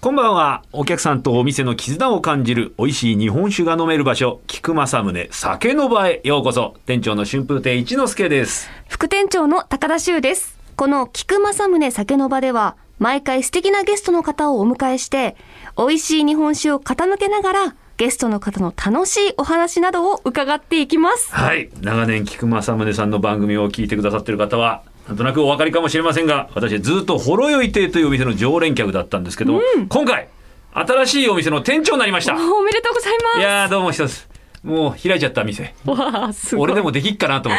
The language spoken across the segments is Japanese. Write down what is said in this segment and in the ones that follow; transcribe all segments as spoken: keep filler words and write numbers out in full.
こんばんは。お客さんとお店の絆を感じる美味しい日本酒が飲める場所、菊正宗酒の場へようこそ。店長の春風亭一之輔です。 副店長の高田修です。この菊正宗酒の場では毎回素敵なゲストの方をお迎えして美味しい日本酒を傾けながらゲストの方の楽しいお話などを伺っていきます。 はい、長年菊正宗さんの番組を聞いてくださっている方はなんとなくお分かりかもしれませんが、私はずっとほろ酔い亭というお店の常連客だったんですけど、うん、今回新しいお店の店長になりました。 おめでとうございます。 いやーどうも一つもう開いちゃった店。 わあすごい。 俺でもできっかなと思って。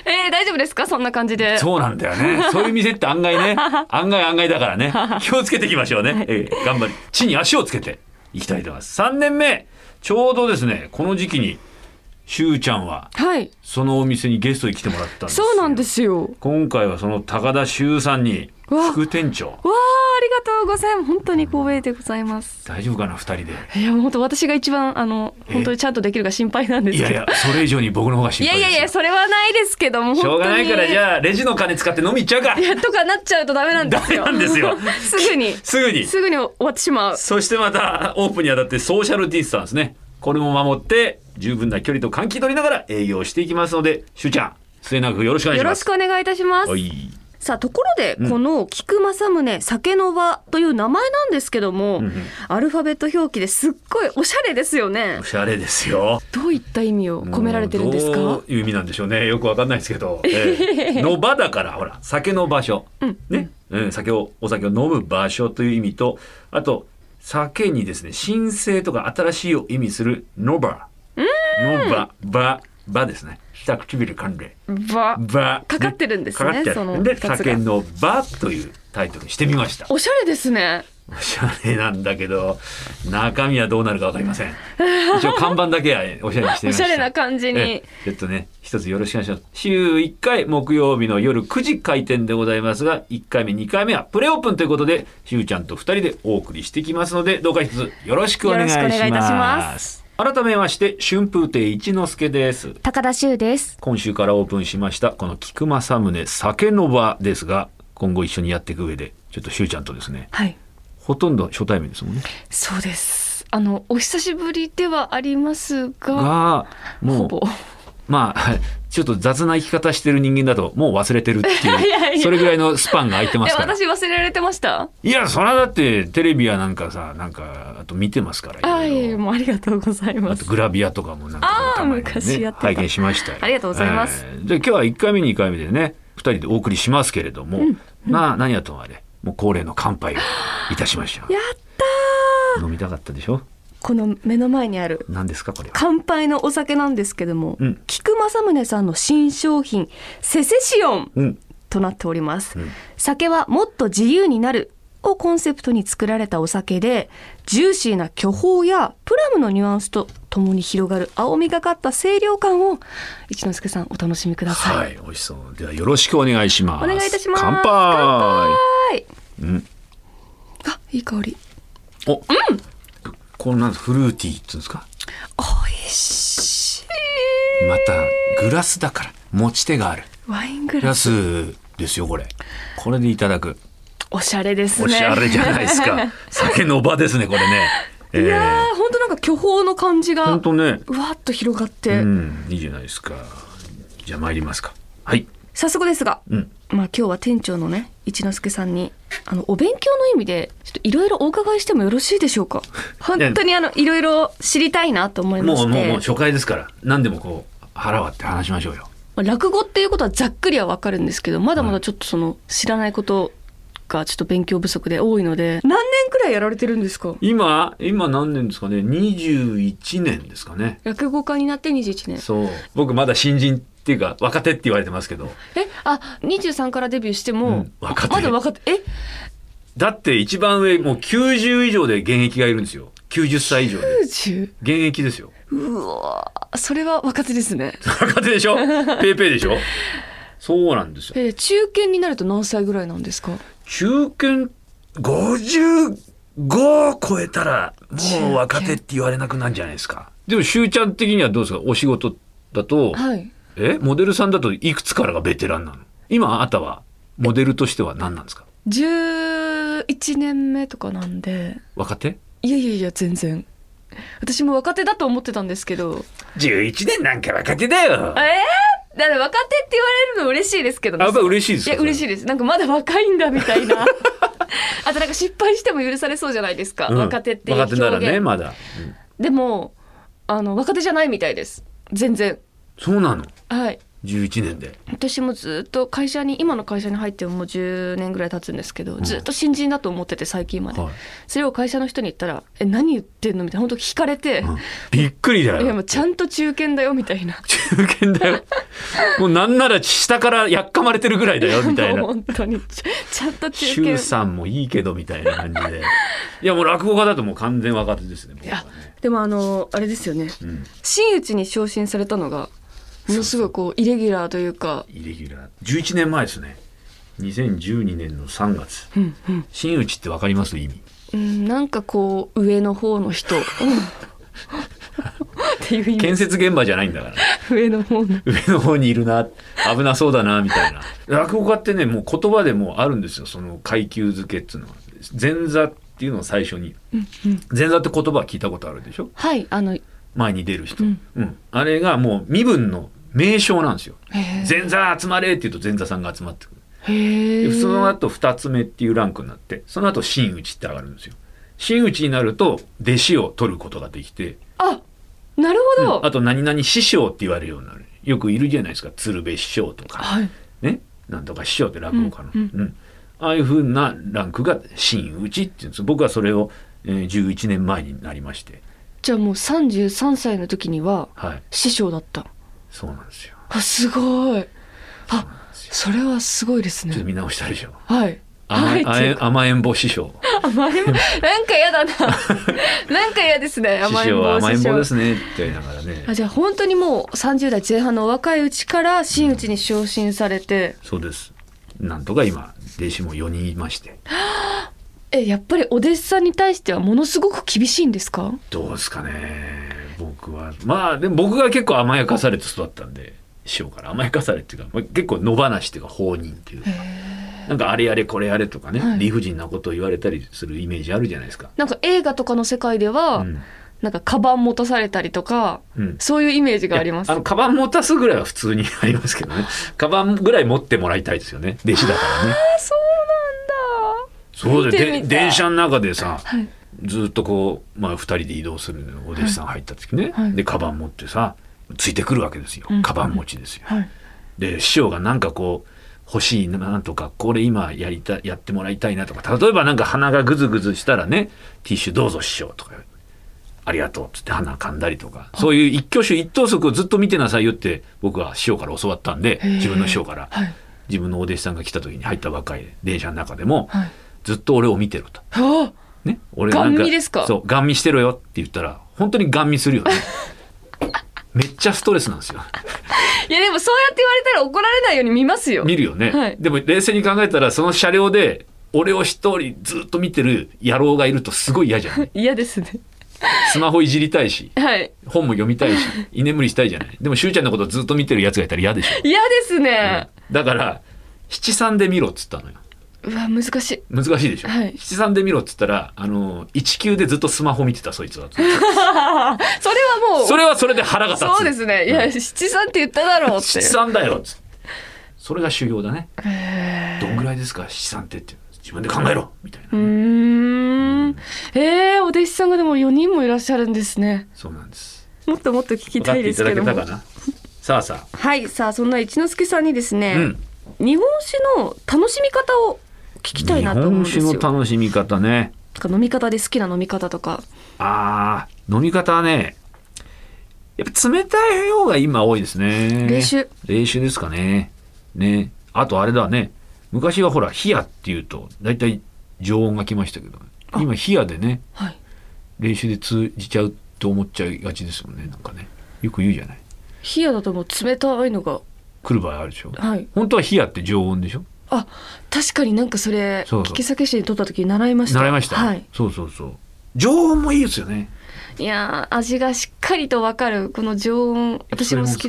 えー、大丈夫ですかそんな感じで。 そうなんだよね。そういう店って案外ね案外案外だからね気をつけていきましょうね、はい。えー、頑張り地に足をつけていきたいと思います。さんねんめちょうどですねこの時期にしゅうちゃんは、はい、そのお店にゲストに来てもらったんですよ。 そうなんですよ。 今回はその高田修さんに副店長。わあ、ありがとうございます。本当に光栄でございます。 大丈夫かなふたりで。 いや本当私が一番あの本当にちゃんとできるか心配なんですけど。 いやいやそれ以上に僕の方が心配です。 いやいやいやそれはないですけども。 しょうがないからじゃあレジの金使って飲み行っちゃうか。 いやとかなっちゃうとダメなんですよ。 ダメなんですよすぐにすぐにすぐに終わってしまう。 そしてまたオープンにあたってソーシャルディスタンスね、これも守って十分な距離と換気取りながら営業していきますので、しゅうちゃん末永くよろしくお願いします。 よろしくお願いいたします。さあところで、うん、この菊正宗酒の場という名前なんですけども、うんうん、アルファベット表記ですっごいおしゃれですよね。 おしゃれですよ。 どういった意味を込められてるんですか。 どういう意味なんでしょうね。よくわかんないですけど、えー、の場だからほら酒の場所、うんねうん、酒をお酒を飲む場所という意味と、あと酒にですね新生とか新しいを意味するの場の場場場ですね。下唇関連場場かかってるんですね。 そので酒の場というタイトルにしてみました。 おしゃれですね。 おしゃれなんだけど中身はどうなるか分かりません。一応看板だけはおしゃれにしてみました。 おしゃれな感じにちょっとね一つよろしくお願いします。週いっかい木曜日の夜くじ開店でございますが、いっかいめにかいめはプレオープンということでしゅうちゃんとふたりでお送りしてきますので、どうか一つよろしくお願いします。よろしくお願いいたします。改めまして春風亭一之輔です。 高田修です。 今週からオープンしましたこの菊正宗酒の場ですが、今後一緒にやっていく上でちょっとしゅうちゃんとですね、はい、ほとんど初対面ですもんね。 そうです。あのお久しぶりではありますが、 がもうほぼまあちょっと雑な生き方してる人間だともう忘れてるっていういやいやそれぐらいのスパンが空いてますから。 私忘れられてました。 いやそれはだってテレビやなんかさなんかあと見てますから。 あいえもうありがとうございます。 あとグラビアとかもなんかたまに、ね、 昔やってた拝見しましたよ。 ありがとうございます、 えー、で今日はいっかいめにかいめでねふたりでお送りしますけれども、うんうん、まあ何やとはねもう恒例の乾杯をいたしましょう。 やったー。 飲みたかったでしょ。 この目の前にある何ですかこれは。 乾杯のお酒なんですけども、うん、菊正宗さんの新商品セセシオン、うん、となっております、うん、酒はもっと自由になるをコンセプトに作られたお酒で、ジューシーな巨峰やプラムのニュアンスとともに広がる青みがかった清涼感を一之輔さんお楽しみください。 はい、美味しそう。ではよろしくお願いします。 お願いいたします。 乾杯。 乾杯、 うん、 あいい香り。 お、うんこのなんフルーティーっていうんですか。 おいしい。 またグラスだから持ち手があるワイングラス。 グラスですよこれ。これでいただく。 おしゃれですね。 おしゃれじゃないですか酒の場ですねこれね。 いやー本当なんか巨峰の感じが本当ねうわっと広がって、 うん、いいじゃないですか。じゃあ参りますか。はい。 早速ですが、うんまあ、今日は店長のね一之輔さんにあのお勉強の意味でちょっといろいろお伺いしてもよろしいでしょうか。本当にあのいろいろ知りたいなと思いまして。 もうもうもう初回ですから何でもこう腹割って話しましょうよ。 落語っていうことはざっくりは分かるんですけど、まだまだちょっとその知らないことがちょっと勉強不足で多いので。何年くらいやられてるんですか。 今今何年ですかね。にじゅういちねんですかね。 落語家になってにじゅういちねん。 そう僕まだ新人っていうか若手って言われてますけど。 えあにじゅうさんからデビューしても、うん、 若手まだ若手。えだって一番上もうきゅうじゅう以上で現役がいるんですよ。きゅうじゅっさい以上できゅうじゅう現役ですよ。 うわそれは若手ですね。 若手でしょペーペーでしょそうなんですよ。 え中堅になると何歳ぐらいなんですか。 中堅ごじゅうごを超えたらもう若手って言われなくなるんじゃないですか。でもしゅうちゃん的にはどうですか。お仕事だと、はい、えモデルさんだといくつからがベテランなの。今あなたはモデルとしては何なんですか。 じゅういちねんめとかなんで。 若手？ いやいやいや全然。私も若手だと思ってたんですけど。 じゅういちねんなんか若手だよ。 えー、だから若手って言われるの嬉しいですけどね。 やっぱ嬉しいですか？ いや嬉しいです。なんかまだ若いんだみたいな。あとなんか失敗しても許されそうじゃないですか、うん、若手っていう表現。 若手ならねまだ、 うん、でもあの若手じゃないみたいです。全然。 そうなの？ はい。 じゅういちねんで。 私もずっと会社に今の会社に入ってもうじゅうねんぐらい経つんですけど、うん、ずっと新人だと思ってて最近まで、はい、それを会社の人に言ったらえ何言ってんのみたいな本当聞かれて、うん、 びっくりだよ。 いやもうちゃんと中堅だよみたいな。 中堅だよ。もうなんなら下からやっかまれてるぐらいだよみたいな。 本当にち, ちゃんと中堅。 周さんもいいけどみたいな感じで。いやもう落語家だともう完全若手ですね。僕はね。 いやでもあのあれですよね、うん、真打ちに昇進されたのがものすごいこうイレギュラーというか。 イレギュラーじゅういちねんまえですね。にせんじゅうにねんのさんがつ、うんうん、真打ちって分かります？意味。 うん、なんかこう上の方の人っていう意味。 建設現場じゃないんだから、ね、 上の方の上の方にいるな危なそうだなみたいな。落語家ってねもう言葉でもあるんですよ、その階級付けっていうのは。前座っていうのを最初に、うんうん、前座って言葉は聞いたことあるでしょ。 はい、あの前に出る人、うんうん、あれがもう身分の名称なんですよ。前座集まれって言うと前座さんが集まってくる。へその後二つ目っていうランクになって、その後真打ちって上がるんですよ。真打ちになると弟子を取ることができて、 あ、なるほど、 うん、あと何々師匠って言われるようになる。よくいるじゃないですか、鶴瓶師匠とか、はい、ね、なんとか師匠って落語家の、うんうんうん、ああいう風なランクが真打ちっていうんです。僕はそれを、えー、じゅういちねんまえになりまして。 じゃあもうさんじゅうさんさいの時には師匠だった、はい、 そうなんですよ。 あ、すごい。あ、それはすごいですね。 ちょっと見直したでしょ。 はい。 甘え、はい、甘えん坊師匠。 甘えん坊、なんか嫌だな。なんか嫌ですね。 甘えん坊師匠。甘えん坊ですねって言いながらね。 あ、じゃあ本当にもうさんじゅうだいぜん半の若いうちから真打ちに昇進されて、 うん、そうです。なんとか今弟子もよにんいまして。 え、やっぱりお弟子さんに対してはものすごく厳しいんですか？ どうですかね。僕はまあでも僕が結構甘やかされて育ったんで、師匠から甘やかされっていうか、まあ、結構野放しっていうか放任っていうか、なんかあれやれこれやれとかね、はい、理不尽なことを言われたりするイメージあるじゃないですか。 なんか映画とかの世界では、うん、なんかカバン持たされたりとか、うん、そういうイメージがあります。 あのカバン持たすぐらいは普通にありますけどね。カバンぐらい持ってもらいたいですよね、弟子だからね。 あ、そうなんだ。 そうで、電車の中でさ、はい、ずっとこう、まあ、ふたりで移動するお弟子さん入った時ね、はい、でカバン持ってさついてくるわけですよ、カバン持ちですよ、はい、で師匠がなんかこう欲しいなとか、これ今やりたやってもらいたいなとか、例えばなんか鼻がグズグズしたらね、ティッシュどうぞ師匠とか、ありがとうっつって鼻噛んだりとか、そういう一挙手一投足をずっと見てなさいよって僕は師匠から教わったんで、自分の師匠から、はい、自分のお弟子さんが来た時に入ったばっかりで電車の中でも、はい、ずっと俺を見てろと、はあ、ね、俺なんかガン見ですか？ そう、ガン見してろよって言ったら本当にガン見するよね。めっちゃストレスなんですよ。 いやでもそうやって言われたら怒られないように見ますよ。 見るよね、はい、でも冷静に考えたらその車両で俺を一人ずっと見てる野郎がいるとすごい嫌じゃない？ 嫌ですね。 スマホいじりたいし、はい、本も読みたいし、居眠りしたいじゃない。でもしゅうちゃんのことずっと見てるやつがいたら嫌でしょ。 嫌ですね、 うん、だから七三で見ろっつったのよ。 うわ難しい。 難しいでしょ、はい、七三で見ろっつったら、あの一級でずっとスマホ見てたそいつは。それはもうそれはそれで腹が立つ。 そうですね。いや、うん、七三って言っただろうって。 七三だよっつって。それが修行だね。どんぐらいですか七三ってって自分で考えろみたいな、ね、うーん、うん、えー、お弟子さんがでもよにんもいらっしゃるんですね。 そうなんです。 もっともっと聞きたいですけども。 分かっていただけたかな。さあさあ、 はい、さあそんな一之輔さんにですね、うん、日本酒の楽しみ方を聞きたいなと思うんですよ。 日本酒の楽しみ方ね。 飲み方で好きな飲み方とか。 あー、飲み方はね、やっぱ冷たい方が今多いですね。 冷酒。 冷酒ですかね。ね。あとあれだね。昔はほら冷やっていうとだいたい常温が来ましたけど、今冷やでね、はい、冷酒で通じちゃうと思っちゃいがちですもんね。なんかね、よく言うじゃない。 冷やだともう冷たいのが来る場合あるでしょ。 はい。 本当は冷やって常温でしょ。 あ、確かになんかそれ聞き酒師に取った時に習いました。 習いました。はい。そうそうそう。常温もいいですよね。 いや味がしっかりと分かるこの常温、私も好きです。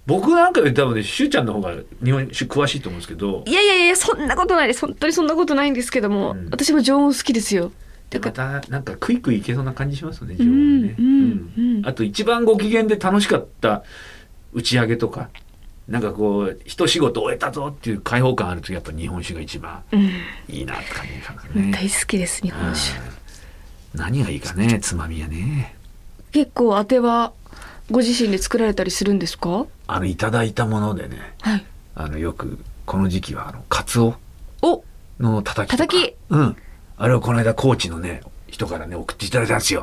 僕なんかより多分ね、しゅうちゃんの方が日本酒詳しいと思うんですけど。 いやいやいや、そんなことないです。本当にそんなことないんですけども、うん、私も常温好きですよ。 またなんかクイクイいけそうな感じしますよね、常温ね、うんうんうん、あと一番ご機嫌で楽しかった打ち上げとか、なんかこう一仕事終えたぞっていう開放感あると、やっぱ日本酒が一番いいなって感じですね、うん、 大好きです日本酒、 うん、何がいいかね、つまみやね。 結構あてはご自身で作られたりするんですか？ あのいただいたものでね、はい、あのよくこの時期はあのカツオのたたきとか、たたき、うん、あれをこの間高知のね人からね送っていただいたんですよ。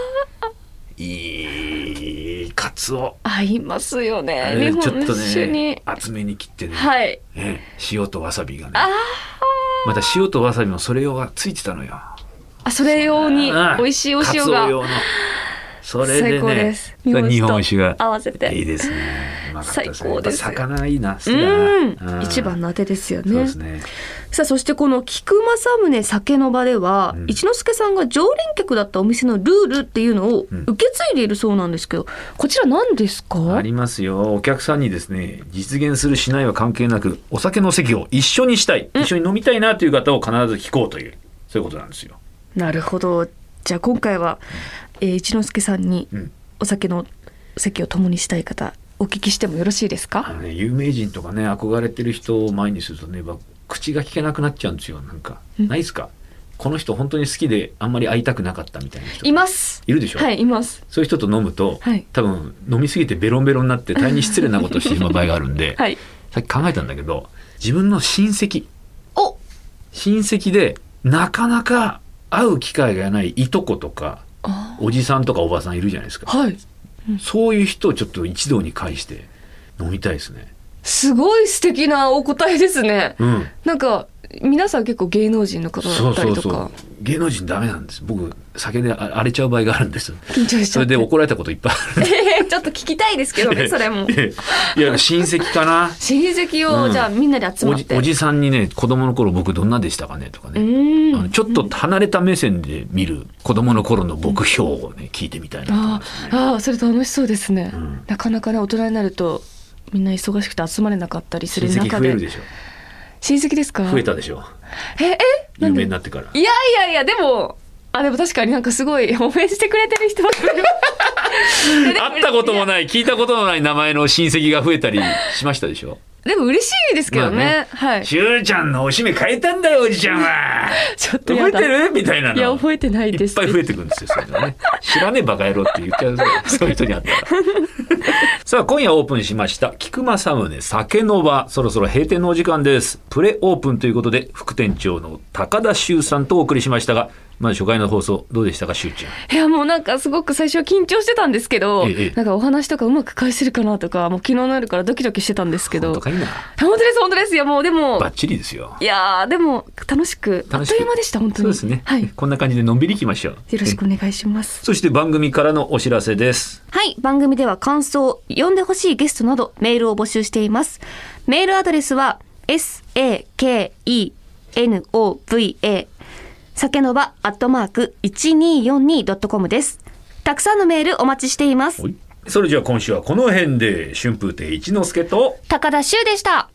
いいカツオ合いますよね。 日本酒にちょっとね厚めに切ってね、はい、ね、塩とわさびがね、また塩とわさびもそれ用がついてたのよ。 あ、それ用に美味しいお塩が。 それでね、最高です。日本酒が合わせていいですね。うまかったですね。最高ですよ。魚がいいな、好きだな。 うん、一番のあてですよね。そうですね。さあ、そしてこの菊正宗酒の場では、うん、一之輔さんが常連客だったお店のルールっていうのを受け継いでいるそうなんですけど、うん、こちら何ですか？ ありますよ。お客さんにですね、実現するしないは関係なく、お酒の席を一緒にしたい、うん、一緒に飲みたいなという方を必ず聞こうという、そういうことなんですよ。 なるほど。じゃあ今回は、うん、えー、一之輔さんにお酒の席を共にしたい方、お聞きしてもよろしいですか？ あのね、有名人とかね、憧れてる人を前にするとね、口が聞けなくなっちゃうんですよ。なんか、うん、ないですか？この人本当に好きであんまり会いたくなかったみたいな人います。 いるでしょ？ はい、います。 そういう人と飲むと、はい、多分飲みすぎてベロンベロンになって大変に失礼なことをしてしまう場合があるんで、はい、さっき考えたんだけど、自分の親戚お親戚でなかなか会う機会がないいとことかおじさんとかおばさんいるじゃないですか、はい、うん、そういう人をちょっと一堂に会して飲みたいですね。 すごい素敵なお答えですね、うん、なんか皆さん結構芸能人の方だったりとか。そうそうそう、芸能人ダメなんです。僕酒で荒れちゃう場合があるんです。緊張しちゃってそれで怒られたこといっぱいあるちょっと聞きたいですけどね、それも。 いや親戚かな親戚を、うん、じゃあみんなで集まっておじ、おじさんにね、子供の頃僕どんなでしたかねとかね、あのちょっと離れた目線で見る子供の頃の僕評をね、聞いてみたいなと思いますね。 ああ、それ楽しそうですね、うん、なかなかね大人になるとみんな忙しくて集まれなかったりする中で。 親戚増えるでしょ。 親戚ですか？ 増えたでしょ。 ええ有名になってから。 いやいやいや、でもあでも確かになんかすごい応援してくれてる人も会ったこともない聞いたことのない名前の親戚が増えたりしましたでしょ。 でも嬉しいですけどね。まあね、はい。 しゅうちゃんのおしめ変えたんだよおじちゃんは。ちょっと覚えてるみたいなの。 いや覚えてないです。 いっぱい増えてくるんですよ。それがね。知らねえバカ野郎って言っちゃうそういう人に会ったら。さあ今夜オープンしました菊正宗酒の場、そろそろ閉店のお時間です。プレオープンということで副店長の高田修さんとお送りしましたが、まず初回の放送どうでしたか、しゅうちゃん。 いやもうなんかすごく最初は緊張してたんですけど、ええ、なんかお話とかうまく返せるかなとか、もう昨日の夜からドキドキしてたんですけど。 本当かいな。 本当です本当です。いやもうでもバッチリですよ。 いやでも楽しくあっという間でした。本当に。 そうですね、はい、こんな感じでのんびりいきましょう。 よろしくお願いします。 そして番組からのお知らせです。 はい、番組では感想、呼んでほしいゲストなどメールを募集しています。メールアドレスは サケノバ 酒の場アットマーク いちにーよんにードットコム です。たくさんのメールお待ちしています。 それじゃあ今週はこの辺で、春風亭一之輔と高田修でした。